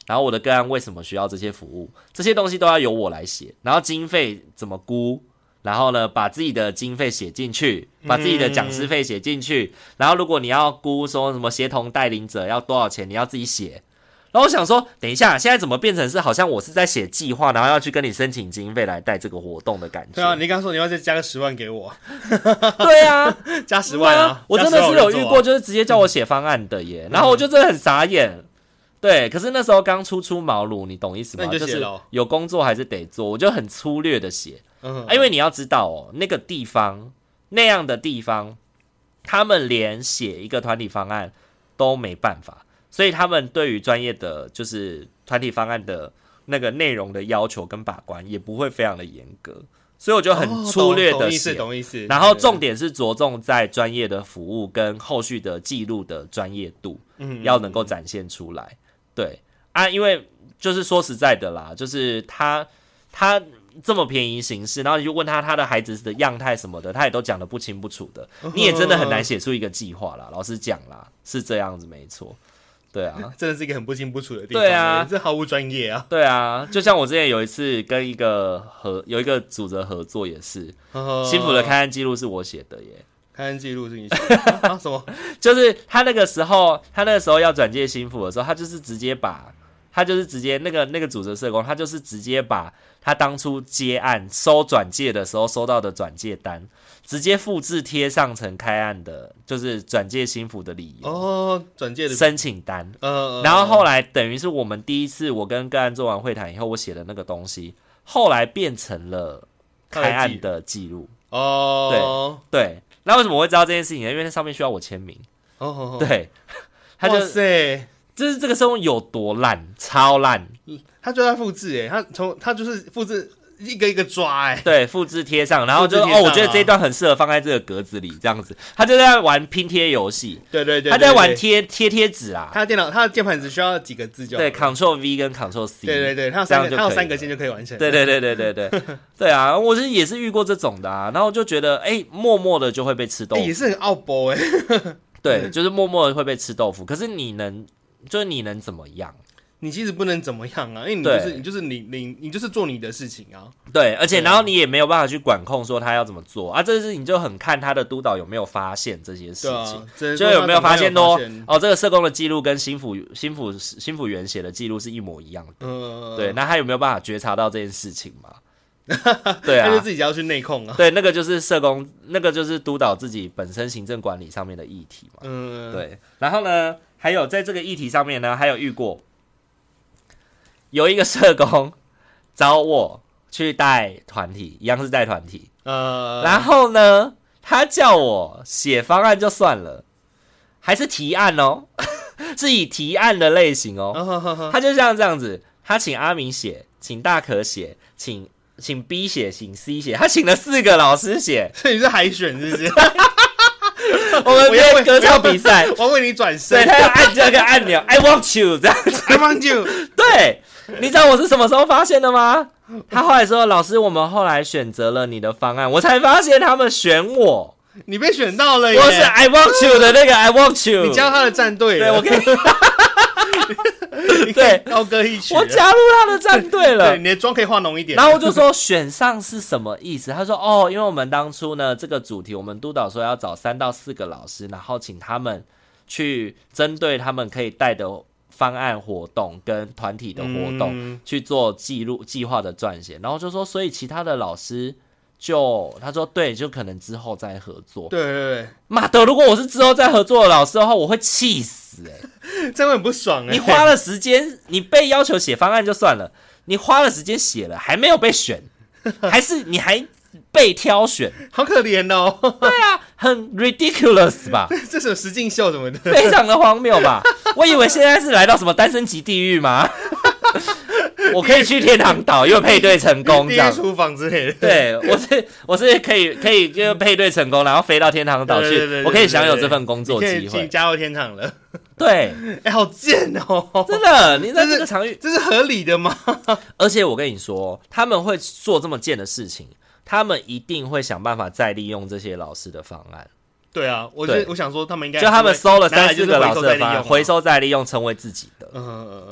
然后我的个案为什么需要这些服务，这些东西都要由我来写，然后经费怎么估，然后呢把自己的经费写进去，把自己的讲师费写进去、嗯、然后如果你要估说什么协同带领者要多少钱，你要自己写。然后我想说等一下现在怎么变成是好像我是在写计划，然后要去跟你申请经费来带这个活动的感觉。 对啊，你刚刚说你要再加个十万给我。 对啊， 加十万啊！ 我真的是有遇过就是直接叫我写方案的耶、嗯、然后我就真的很傻眼。对，可是那时候刚初出茅庐，你懂意思吗？ 那你就写了、哦、 就是有工作还是得做，我就很粗略的写、嗯啊、因为你要知道哦，那个地方那样的地方他们连写一个团体方案都没办法，所以他们对于专业的就是团体方案的那个内容的要求跟把关也不会非常的严格，所以我就很粗略的写、 哦、懂意思， 然后重点是着重在专业的服务跟后续的记录的专业度、嗯、要能够展现出来。对啊，因为就是说实在的啦，就是他他这么便宜行事，然后你就问他他的孩子的样态什么的，他也都讲得不清不楚的，你也真的很难写出一个计划啦。老实讲啦，是这样子没错。对啊， 真的是一个很不清不楚的地方。 对啊， 这毫无专业啊。 对啊，就像我之前有一次跟一个合有一个组织合作，也是新府的开案记录是我写的耶。 开案记录是你写的、啊、什么？ 就是他那个时候，他那个时候要转介新府的时候，他就是直接把，他就是直接那个那个组织社工，他就是直接把他当初接案收转介的时候收到的转介单，直接复制贴上成开案的，就是转介新府的理由哦，转介的申请单。 呃， 然后后来等于是我们第一次我跟个案做完会谈以后，我写的那个东西，后来变成了开案的记录。 哦， 对对。那为什么我会知道这件事情呢？因为那上面需要我签名。哦哦哦，对，他就哇塞， 就是这个社工有多烂，超烂。 他就在复制哎，他从他就是复制一个一个抓哎， 对，复制贴上，然后就、啊、哦，我觉得这一段很适合放在这个格子里，这样子。他就在玩拼贴游戏， 对对 对, 对， 他在玩贴贴贴纸啦。 他的电脑，他的键盘只需要几个字就好了。 对 ，Ctrl V 跟 Ctrl C。对对对，他有三个，他有三个键就可以完成。 对对对对对对，对啊，我是也是遇过这种的啊，然后就觉得哎、欸，默默的就会被吃豆腐，欸、 也是很傲波哎。 对，就是默默的会被吃豆腐，可是你能，就是你能怎么样？ 你其实不能怎么样啊，因为你就是你就是你你你就是做你的事情啊。 对，而且然后你也没有办法去管控说他要怎么做啊，这个事情就很看他的督导有没有发现这些事情，啊、就有没有发现说哦，这个社工的记录跟新府新府新府员写的记录是一模一样的。嗯，对，那他有没有办法觉察到这件事情嘛？对啊， 他就自己要去内控啊。 对，那个就是社工，那个就是督导自己本身行政管理上面的议题嘛。嗯，对。然后呢，还有在这个议题上面呢，还有遇过。有一个社工找我去带团体，一样是带团体，呃，然后呢，他叫我写方案就算了，还是提案哦，是以提案的类型哦，哦他就像这样子，他请阿明写，请大可写，请请 B 写，请 C 写，他请了四个老师写， 所以你是海选是不是？ 我们在歌唱比赛， 我要为你转身， 对，他要按这个按钮 ，I want you 这样子 ，I want you， 对。你知道我是什么时候发现的吗？他后来说：“老师，我们后来选择了你的方案。”我才发现他们选我， 你被选到了耶！ 我是 I want you 的那个 I want you， 你加他的战队了， 对我可以， 你对高歌一曲， 我加入他的战队了。 对，你的妆可以化浓一点。 然后我就说选上是什么意思？他说：“哦，因为我们当初呢这个主题，我们督导说要找三到四个老师，然后请他们去针对他们可以带的。”方案活动跟团体的活动、嗯、去做记录计划的撰写，然后就说，所以其他的老师就他说对，就可能之后再合作。 对对对， 妈的，如果我是之后再合作的老师的话，我会气死哎、 欸，这样很不爽哎、欸。 你花了时间，你被要求写方案就算了，你花了时间写了，还没有被选，还是你还被挑选， 好可怜哦。 对啊，很 ridiculous 吧？ 这是实境秀什么的， 非常的荒谬吧？我以为现在是来到什么单身级地狱吗？我可以去天堂岛，因为配对成功，这样厨房之类的。 对，我是我是可以可以就配对成功，然后飞到天堂岛去，对对对对对，我可以享有这份工作机会， 加入天堂了。 对， 哎、欸，好贱哦！ 真的，你在这个场域， 这是合理的吗？ 而且我跟你说，他们会做这么贱的事情，他们一定会想办法再利用这些老师的方案。 对啊，我觉得我想说，他们应该就他们收了三四个老师的方案，回收再利用，成为自己的。嗯，对，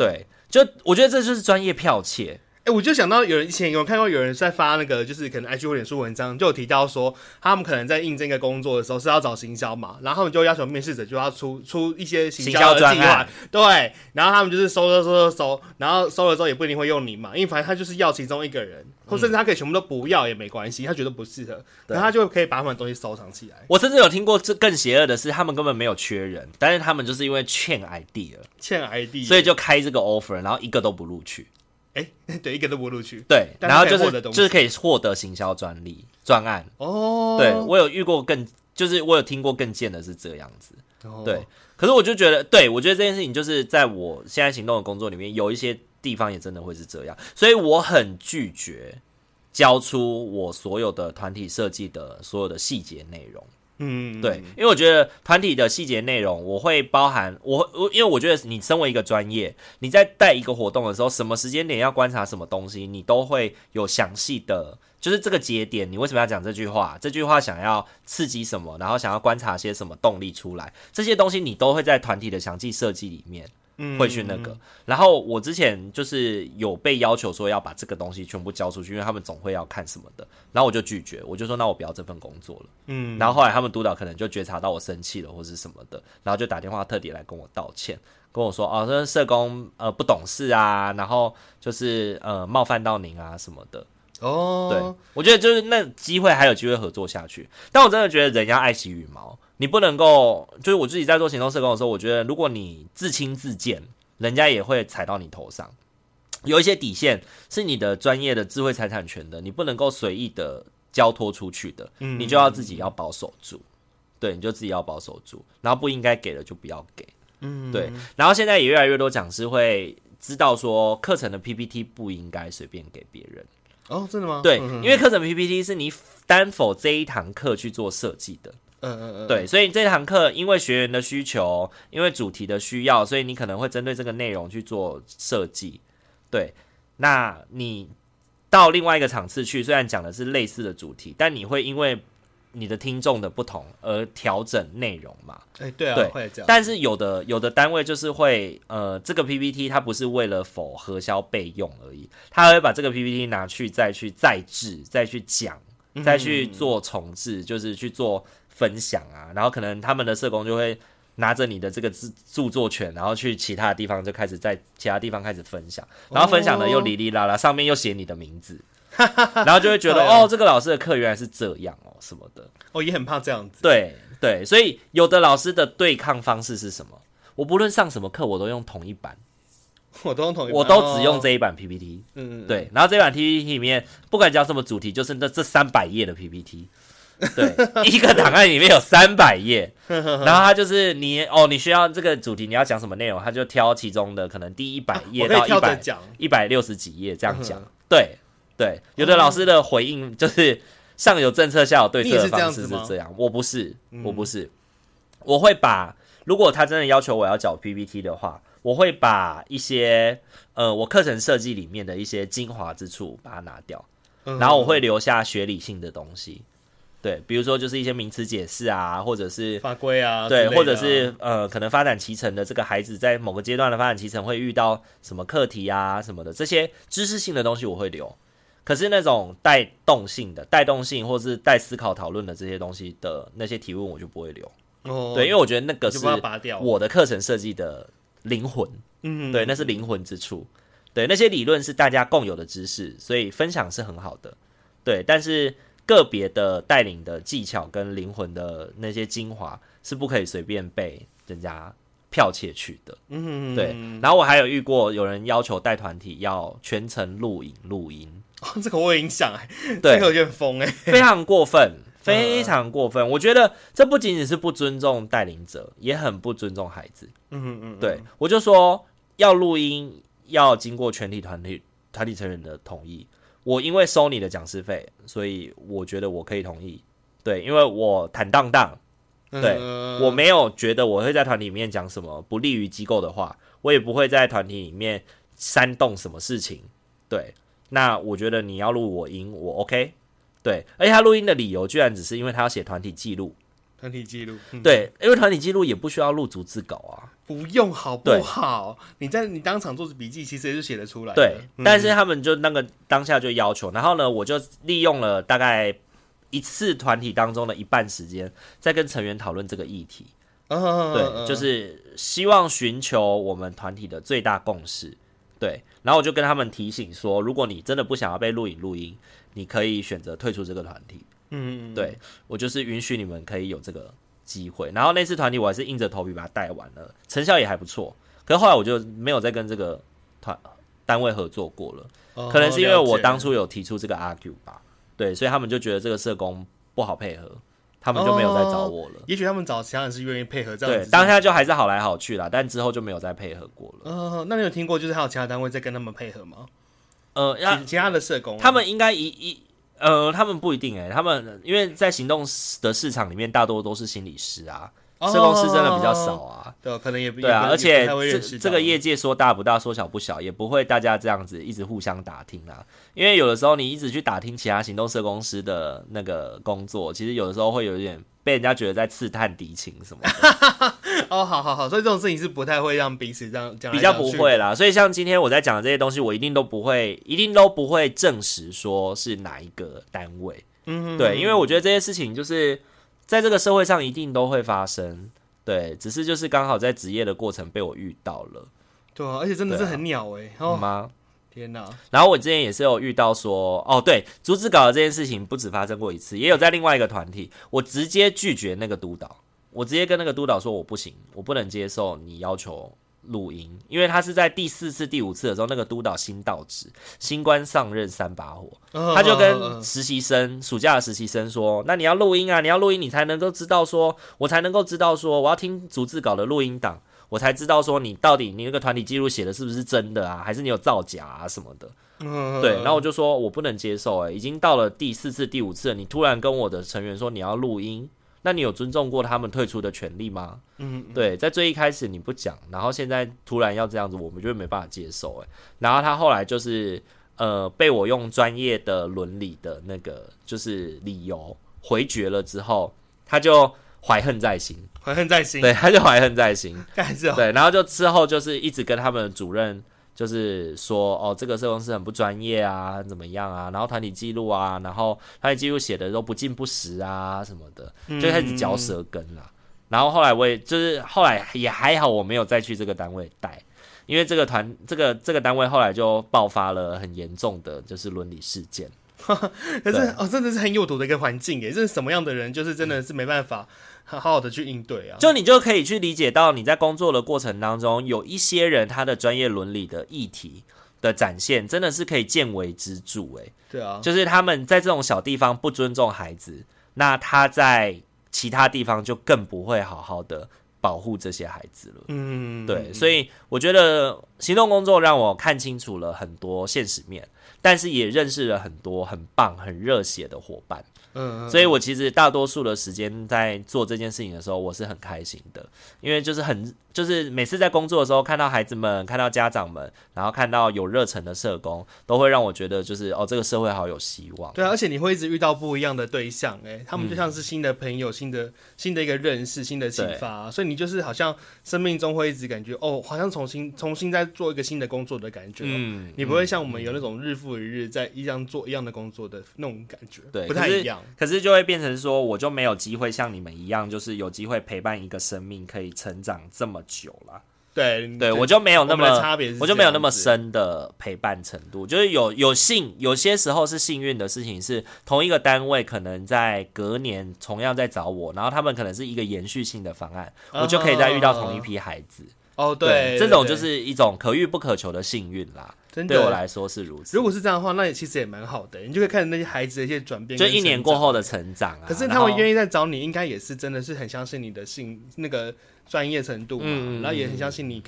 就我觉得这就是专业剽窃。 哎、欸，我就想到有人以前有看过有人在发那个，就是可能 I G 或脸书文章，就有提到说，他们可能在应征一个工作的时候是要找行销嘛，然后他们就要求面试者就要出出一些行销的计划，对，然后他们就是收收收收收，然后收了之后也不一定会用你嘛，因为反正他就是要其中一个人，或甚至他可以全部都不要也没关系，他觉得不适合，然后他就可以把他们的东西收藏起来。 我甚至有听过这更邪恶的是，他们根本没有缺人，但是他们就是因为欠 idea， 欠 idea， 所以就开这个 offer， 然后一个都不录取。 哎、欸，对，一个都不录取。 对，然后就是就是可以获得行销专利专案。哦，对我有遇过更，就是我有听过更贱的是这样子。哦，对，可是我就觉得，对我觉得这件事情就是在我现在行动的工作里面，有一些地方也真的会是这样，所以我很拒绝交出我所有的团体设计的所有的细节内容。嗯，对，因为我觉得团体的细节内容，我会包含我，我因为我觉得你身为一个专业，你在带一个活动的时候，什么时间点要观察什么东西，你都会有详细的，就是这个节点，你为什么要讲这句话？这句话想要刺激什么，然后想要观察些什么动力出来，这些东西你都会在团体的详细设计里面。会去那个、嗯，然后我之前就是有被要求说要把这个东西全部交出去，因为他们总会要看什么的，然后我就拒绝，我就说那我不要这份工作了。嗯，然后后来他们督导可能就觉察到我生气了或是什么的，然后就打电话特地来跟我道歉，跟我说哦，这社工呃不懂事啊，然后就是呃冒犯到您啊什么的。哦，对，我觉得就是那机会还有机会合作下去，但我真的觉得人要爱惜羽毛。你不能够，就是我自己在做行动社工的时候，我觉得如果你自轻自贱，人家也会踩到你头上。有一些底线是你的专业的智慧财产权的，你不能够随意的交托出去的，嗯、你就要自己要保守住。对，你就自己要保守住，然后不应该给的就不要给。嗯，对。然后现在也越来越多讲师会知道说，课程的 P P T 不应该随便给别人。 哦，真的吗？ 对，因为课程 P P T 是你单否这一堂课去做设计的。嗯嗯嗯，对，所以这堂课因为学员的需求，因为主题的需要，所以你可能会针对这个内容去做设计。对，那你到另外一个场次去，虽然讲的是类似的主题，但你会因为你的听众的不同而调整内容嘛？ 哎、欸，对啊， 对， 会这样。 但是有的有的单位就是会，呃，这个 P P T 它不是为了否核销备用而已，它会把这个 P P T 拿去再去再制，再去讲，再去做重制，就是去做分享啊，然后可能他们的社工就会拿着你的这个著作权，然后去其他的地方就开始在其他地方开始分享，然后分享的又哩哩啦啦，上面又写你的名字，然后就会觉得哦，这个老师的课原来是这样哦什么的， 哦也很怕这样子， 对对，所以有的老师的对抗方式是什么？我不论上什么课，我都用同一版。 我都用同一版， 我都只用这一版 P P T， 嗯，对，然后这一版 P P T 里面不管讲什么主题，就是这这三百页的 P P T， 对，一个档案里面有三百页，然后它就是你哦，你需要这个主题你要讲什么内容，他就挑其中的可能第一百页到一百一百六十几页这样讲，对对，有的老师的回应就是上有政策下有对策的方式是这样，我不是，我不是，我会把如果他真的要求我要缴 P P T 的话。我会把一些呃我课程设计里面的一些精华之处把它拿掉，嗯、然后我会留下学理性的东西，对，比如说就是一些名词解释啊，或者是法规啊， 对，或者是呃可能发展期程的这个孩子在某个阶段的发展期程会遇到什么课题啊什么的，这些知识性的东西我会留，可是那种带动性的、带动性或是带思考讨论的这些东西的那些提问我就不会留，哦，对，因为我觉得那个是我的课程设计的。灵魂，嗯，对，那是灵魂之处。对，那些理论是大家共有的知识，所以分享是很好的。对，但是个别的带领的技巧跟灵魂的那些精华是不可以随便被人家剽窃去的。嗯，对。然后我还有遇过有人要求带团体要全程录影录音， 哦，这个我有影响哎，对，这个有点疯哎， 非常过分。非常过分，我觉得这不仅仅是不尊重带领者，也很不尊重孩子。嗯嗯嗯，对，我就说要录音要经过全体团体团体成员的同意。我因为收你的讲师费，所以我觉得我可以同意。对，因为我坦荡荡，对、嗯、我没有觉得我会在团体里面讲什么不利于机构的话，我也不会在团体里面煽动什么事情。对，那我觉得你要录我音，我 OK。对，而且他录音的理由居然只是因为他要写团体记录， 团体记录、嗯， 对，因为团体记录也不需要录逐字稿啊， 不用好不好？你在你当场做笔记，其实也就写得出来。 对、 嗯， 但是他们就那个当下就要求，然后呢，我就利用了大概一次团体当中的一半时间，在跟成员讨论这个议题。 嗯、 对，就是希望寻求我们团体的最大共识。对，然后我就跟他们提醒说，如果你真的不想要被录影录音，你可以选择退出这个团体。 嗯， 对，我就是允许你们可以有这个机会。然后那次团体我还是硬着头皮把它带完了，成效也还不错。可是后来我就没有再跟这个团单位合作过了， 哦、 可能是因为我当初有提出这个 argue 吧。对，所以他们就觉得这个社工不好配合，他们就没有再找我了。哦、 也许他们找其他人是愿意配合这样子。 对，当下就还是好来好去啦，但之后就没有再配合过了。 呃，那你有听过就是还有其他单位在跟他们配合吗？ 呃， 其, 其他的社工， 他们应该一一。呃，他们不一定哎、欸，他们因为在行动的市场里面，大多都是心理师啊，哦、社工师真的比较少啊。 对，可能也对啊， 也而且这这个业界说大不大，说小不小，也不会大家这样子一直互相打听啊。因为有的时候你一直去打听其他行动社工师的那个工作，其实有的时候会有一点被人家觉得在刺探敌情什么的。 哦，好好好，所以这种事情是不太会让彼此这样讲， 比较不会啦。所以像今天我在讲的这些东西，我一定都不会，一定都不会证实说是哪一个单位。嗯，对，因为我觉得这些事情就是在这个社会上一定都会发生。对，只是就是刚好在职业的过程被我遇到了。 对啊，而且真的是很鸟哎、欸，哦吗？ 天哪！ 然后我之前也是有遇到说，哦，对，逐字稿的这件事情不止发生过一次，也有在另外一个团体，我直接拒绝那个督导。我直接跟那个督导说我不行，我不能接受你要求录音，因为他是在第四次、第五次的时候，那个督导新到职，新官上任三把火，他就跟实习生、暑假的实习生说：“那你要录音啊，你要录音，你才能够知道说，我才能够知道说，我要听逐字稿的录音档，我才知道说你到底你那个团体记录写的是不是真的啊，还是你有造假啊什么的。”对，然后我就说我不能接受、欸，已经到了第四次、第五次了，你突然跟我的成员说你要录音。那你有尊重过他们退出的权利吗？嗯，对，在最一开始你不讲，然后现在突然要这样子，我们就没办法接受哎。然后他后来就是呃被我用专业的伦理的那个就是理由回绝了之后，他就怀恨在心， 怀恨在心， 对，他就怀恨在心， 干这对，然后就之后就是一直跟他们的主任。就是说，哦，这个社工师很不专业啊，怎么样啊？然后团体记录啊，然后团体记录写的都不尽不实啊，什么的，就开始嚼舌根啦。嗯、然后后来我也就是后来也还好，我没有再去这个单位带，因为这个团这个这个单位后来就爆发了很严重的就是伦理事件。 可是哦，真的是很有毒的一个环境耶！这是什么样的人，就是真的是没办法好好的去应对啊。 就你就可以去理解到，你在工作的过程当中，有一些人他的专业伦理的议题的展现，真的是可以见微知著。哎， 对啊， 就是他们在这种小地方不尊重孩子，那他在其他地方就更不会好好的保护这些孩子了。嗯，对，所以我觉得行动工作让我看清楚了很多现实面。但是也认识了很多很棒、很热血的伙伴，嗯，所以我其实大多数的时间在做这件事情的时候，我是很开心的，因为就是很就是每次在工作的时候，看到孩子们、看到家长们，然后看到有热忱的社工，都会让我觉得就是哦，这个社会好有希望。 对啊，而且你会一直遇到不一样的对象，哎，他们就像是新的朋友、嗯、新的新的一个认识、新的启发，所以你就是好像生命中会一直感觉哦，好像重新重新在做一个新的工作的感觉，嗯，你不会像我们有那种日复一日在一样做一样的工作的那种感觉， 对， 不太一样。 可是，可是就会变成说，我就没有机会像你们一样，就是有机会陪伴一个生命可以成长这么久啦。 对， 对我就没有那么我差别， 我就没有那么深的陪伴程度。就是有有幸，有些时候是幸运的事情是，同一个单位可能在隔年同样在找我，然后他们可能是一个延续性的方案，我就可以再遇到同一批孩子。 哦，对， 对，这种就是一种可遇不可求的幸运啦。对我来说是如此。 如果是这样的话，那也其实也蛮好的，你就可以看那些孩子的一些转变， 就一年过后的成长啊。 可是他们愿意再找你，应该也是真的是很相信你的信那个专业程度嘛，嗯、然后也很相信你可以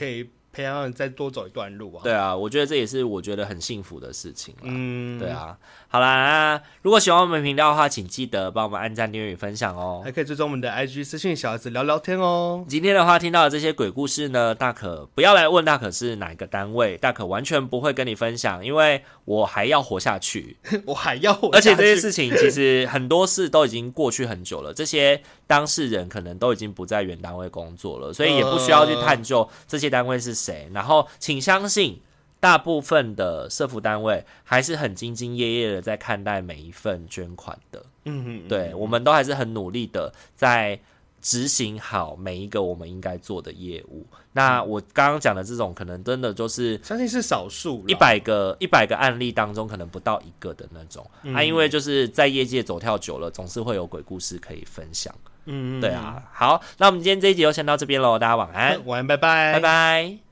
陪他们再多走一段路啊。 对啊，我觉得这也是我觉得很幸福的事情啦。 嗯， 对啊。好啦，那如果喜欢我们频道的话，请记得帮我们按赞、订阅与分享哦。 还可以追踪我们的 I G 私讯小孩子聊聊天哦。 今天的话，听到的这些鬼故事呢，大可不要来问大可是哪个单位，大可完全不会跟你分享，因为我还要活下去， 我还要活下去。 而且这些事情其实很多事都已经过去很久了，这些当事人可能都已经不在原单位工作了，所以也不需要去探究这些单位是谁。然后，请相信。大部分的社福单位还是很兢兢业业的在看待每一份捐款的， 嗯嗯， 对，我们都还是很努力的在执行好每一个我们应该做的业务。那我刚刚讲的这种，可能真的就是相信是少数， 一百个一百个案例当中，可能不到一个的那种。嗯、啊，因为就是在业界走跳久了，总是会有鬼故事可以分享。 嗯， 对啊。好，那我们今天这一集就先到这边喽，大家晚安， 晚安，拜拜， 拜拜。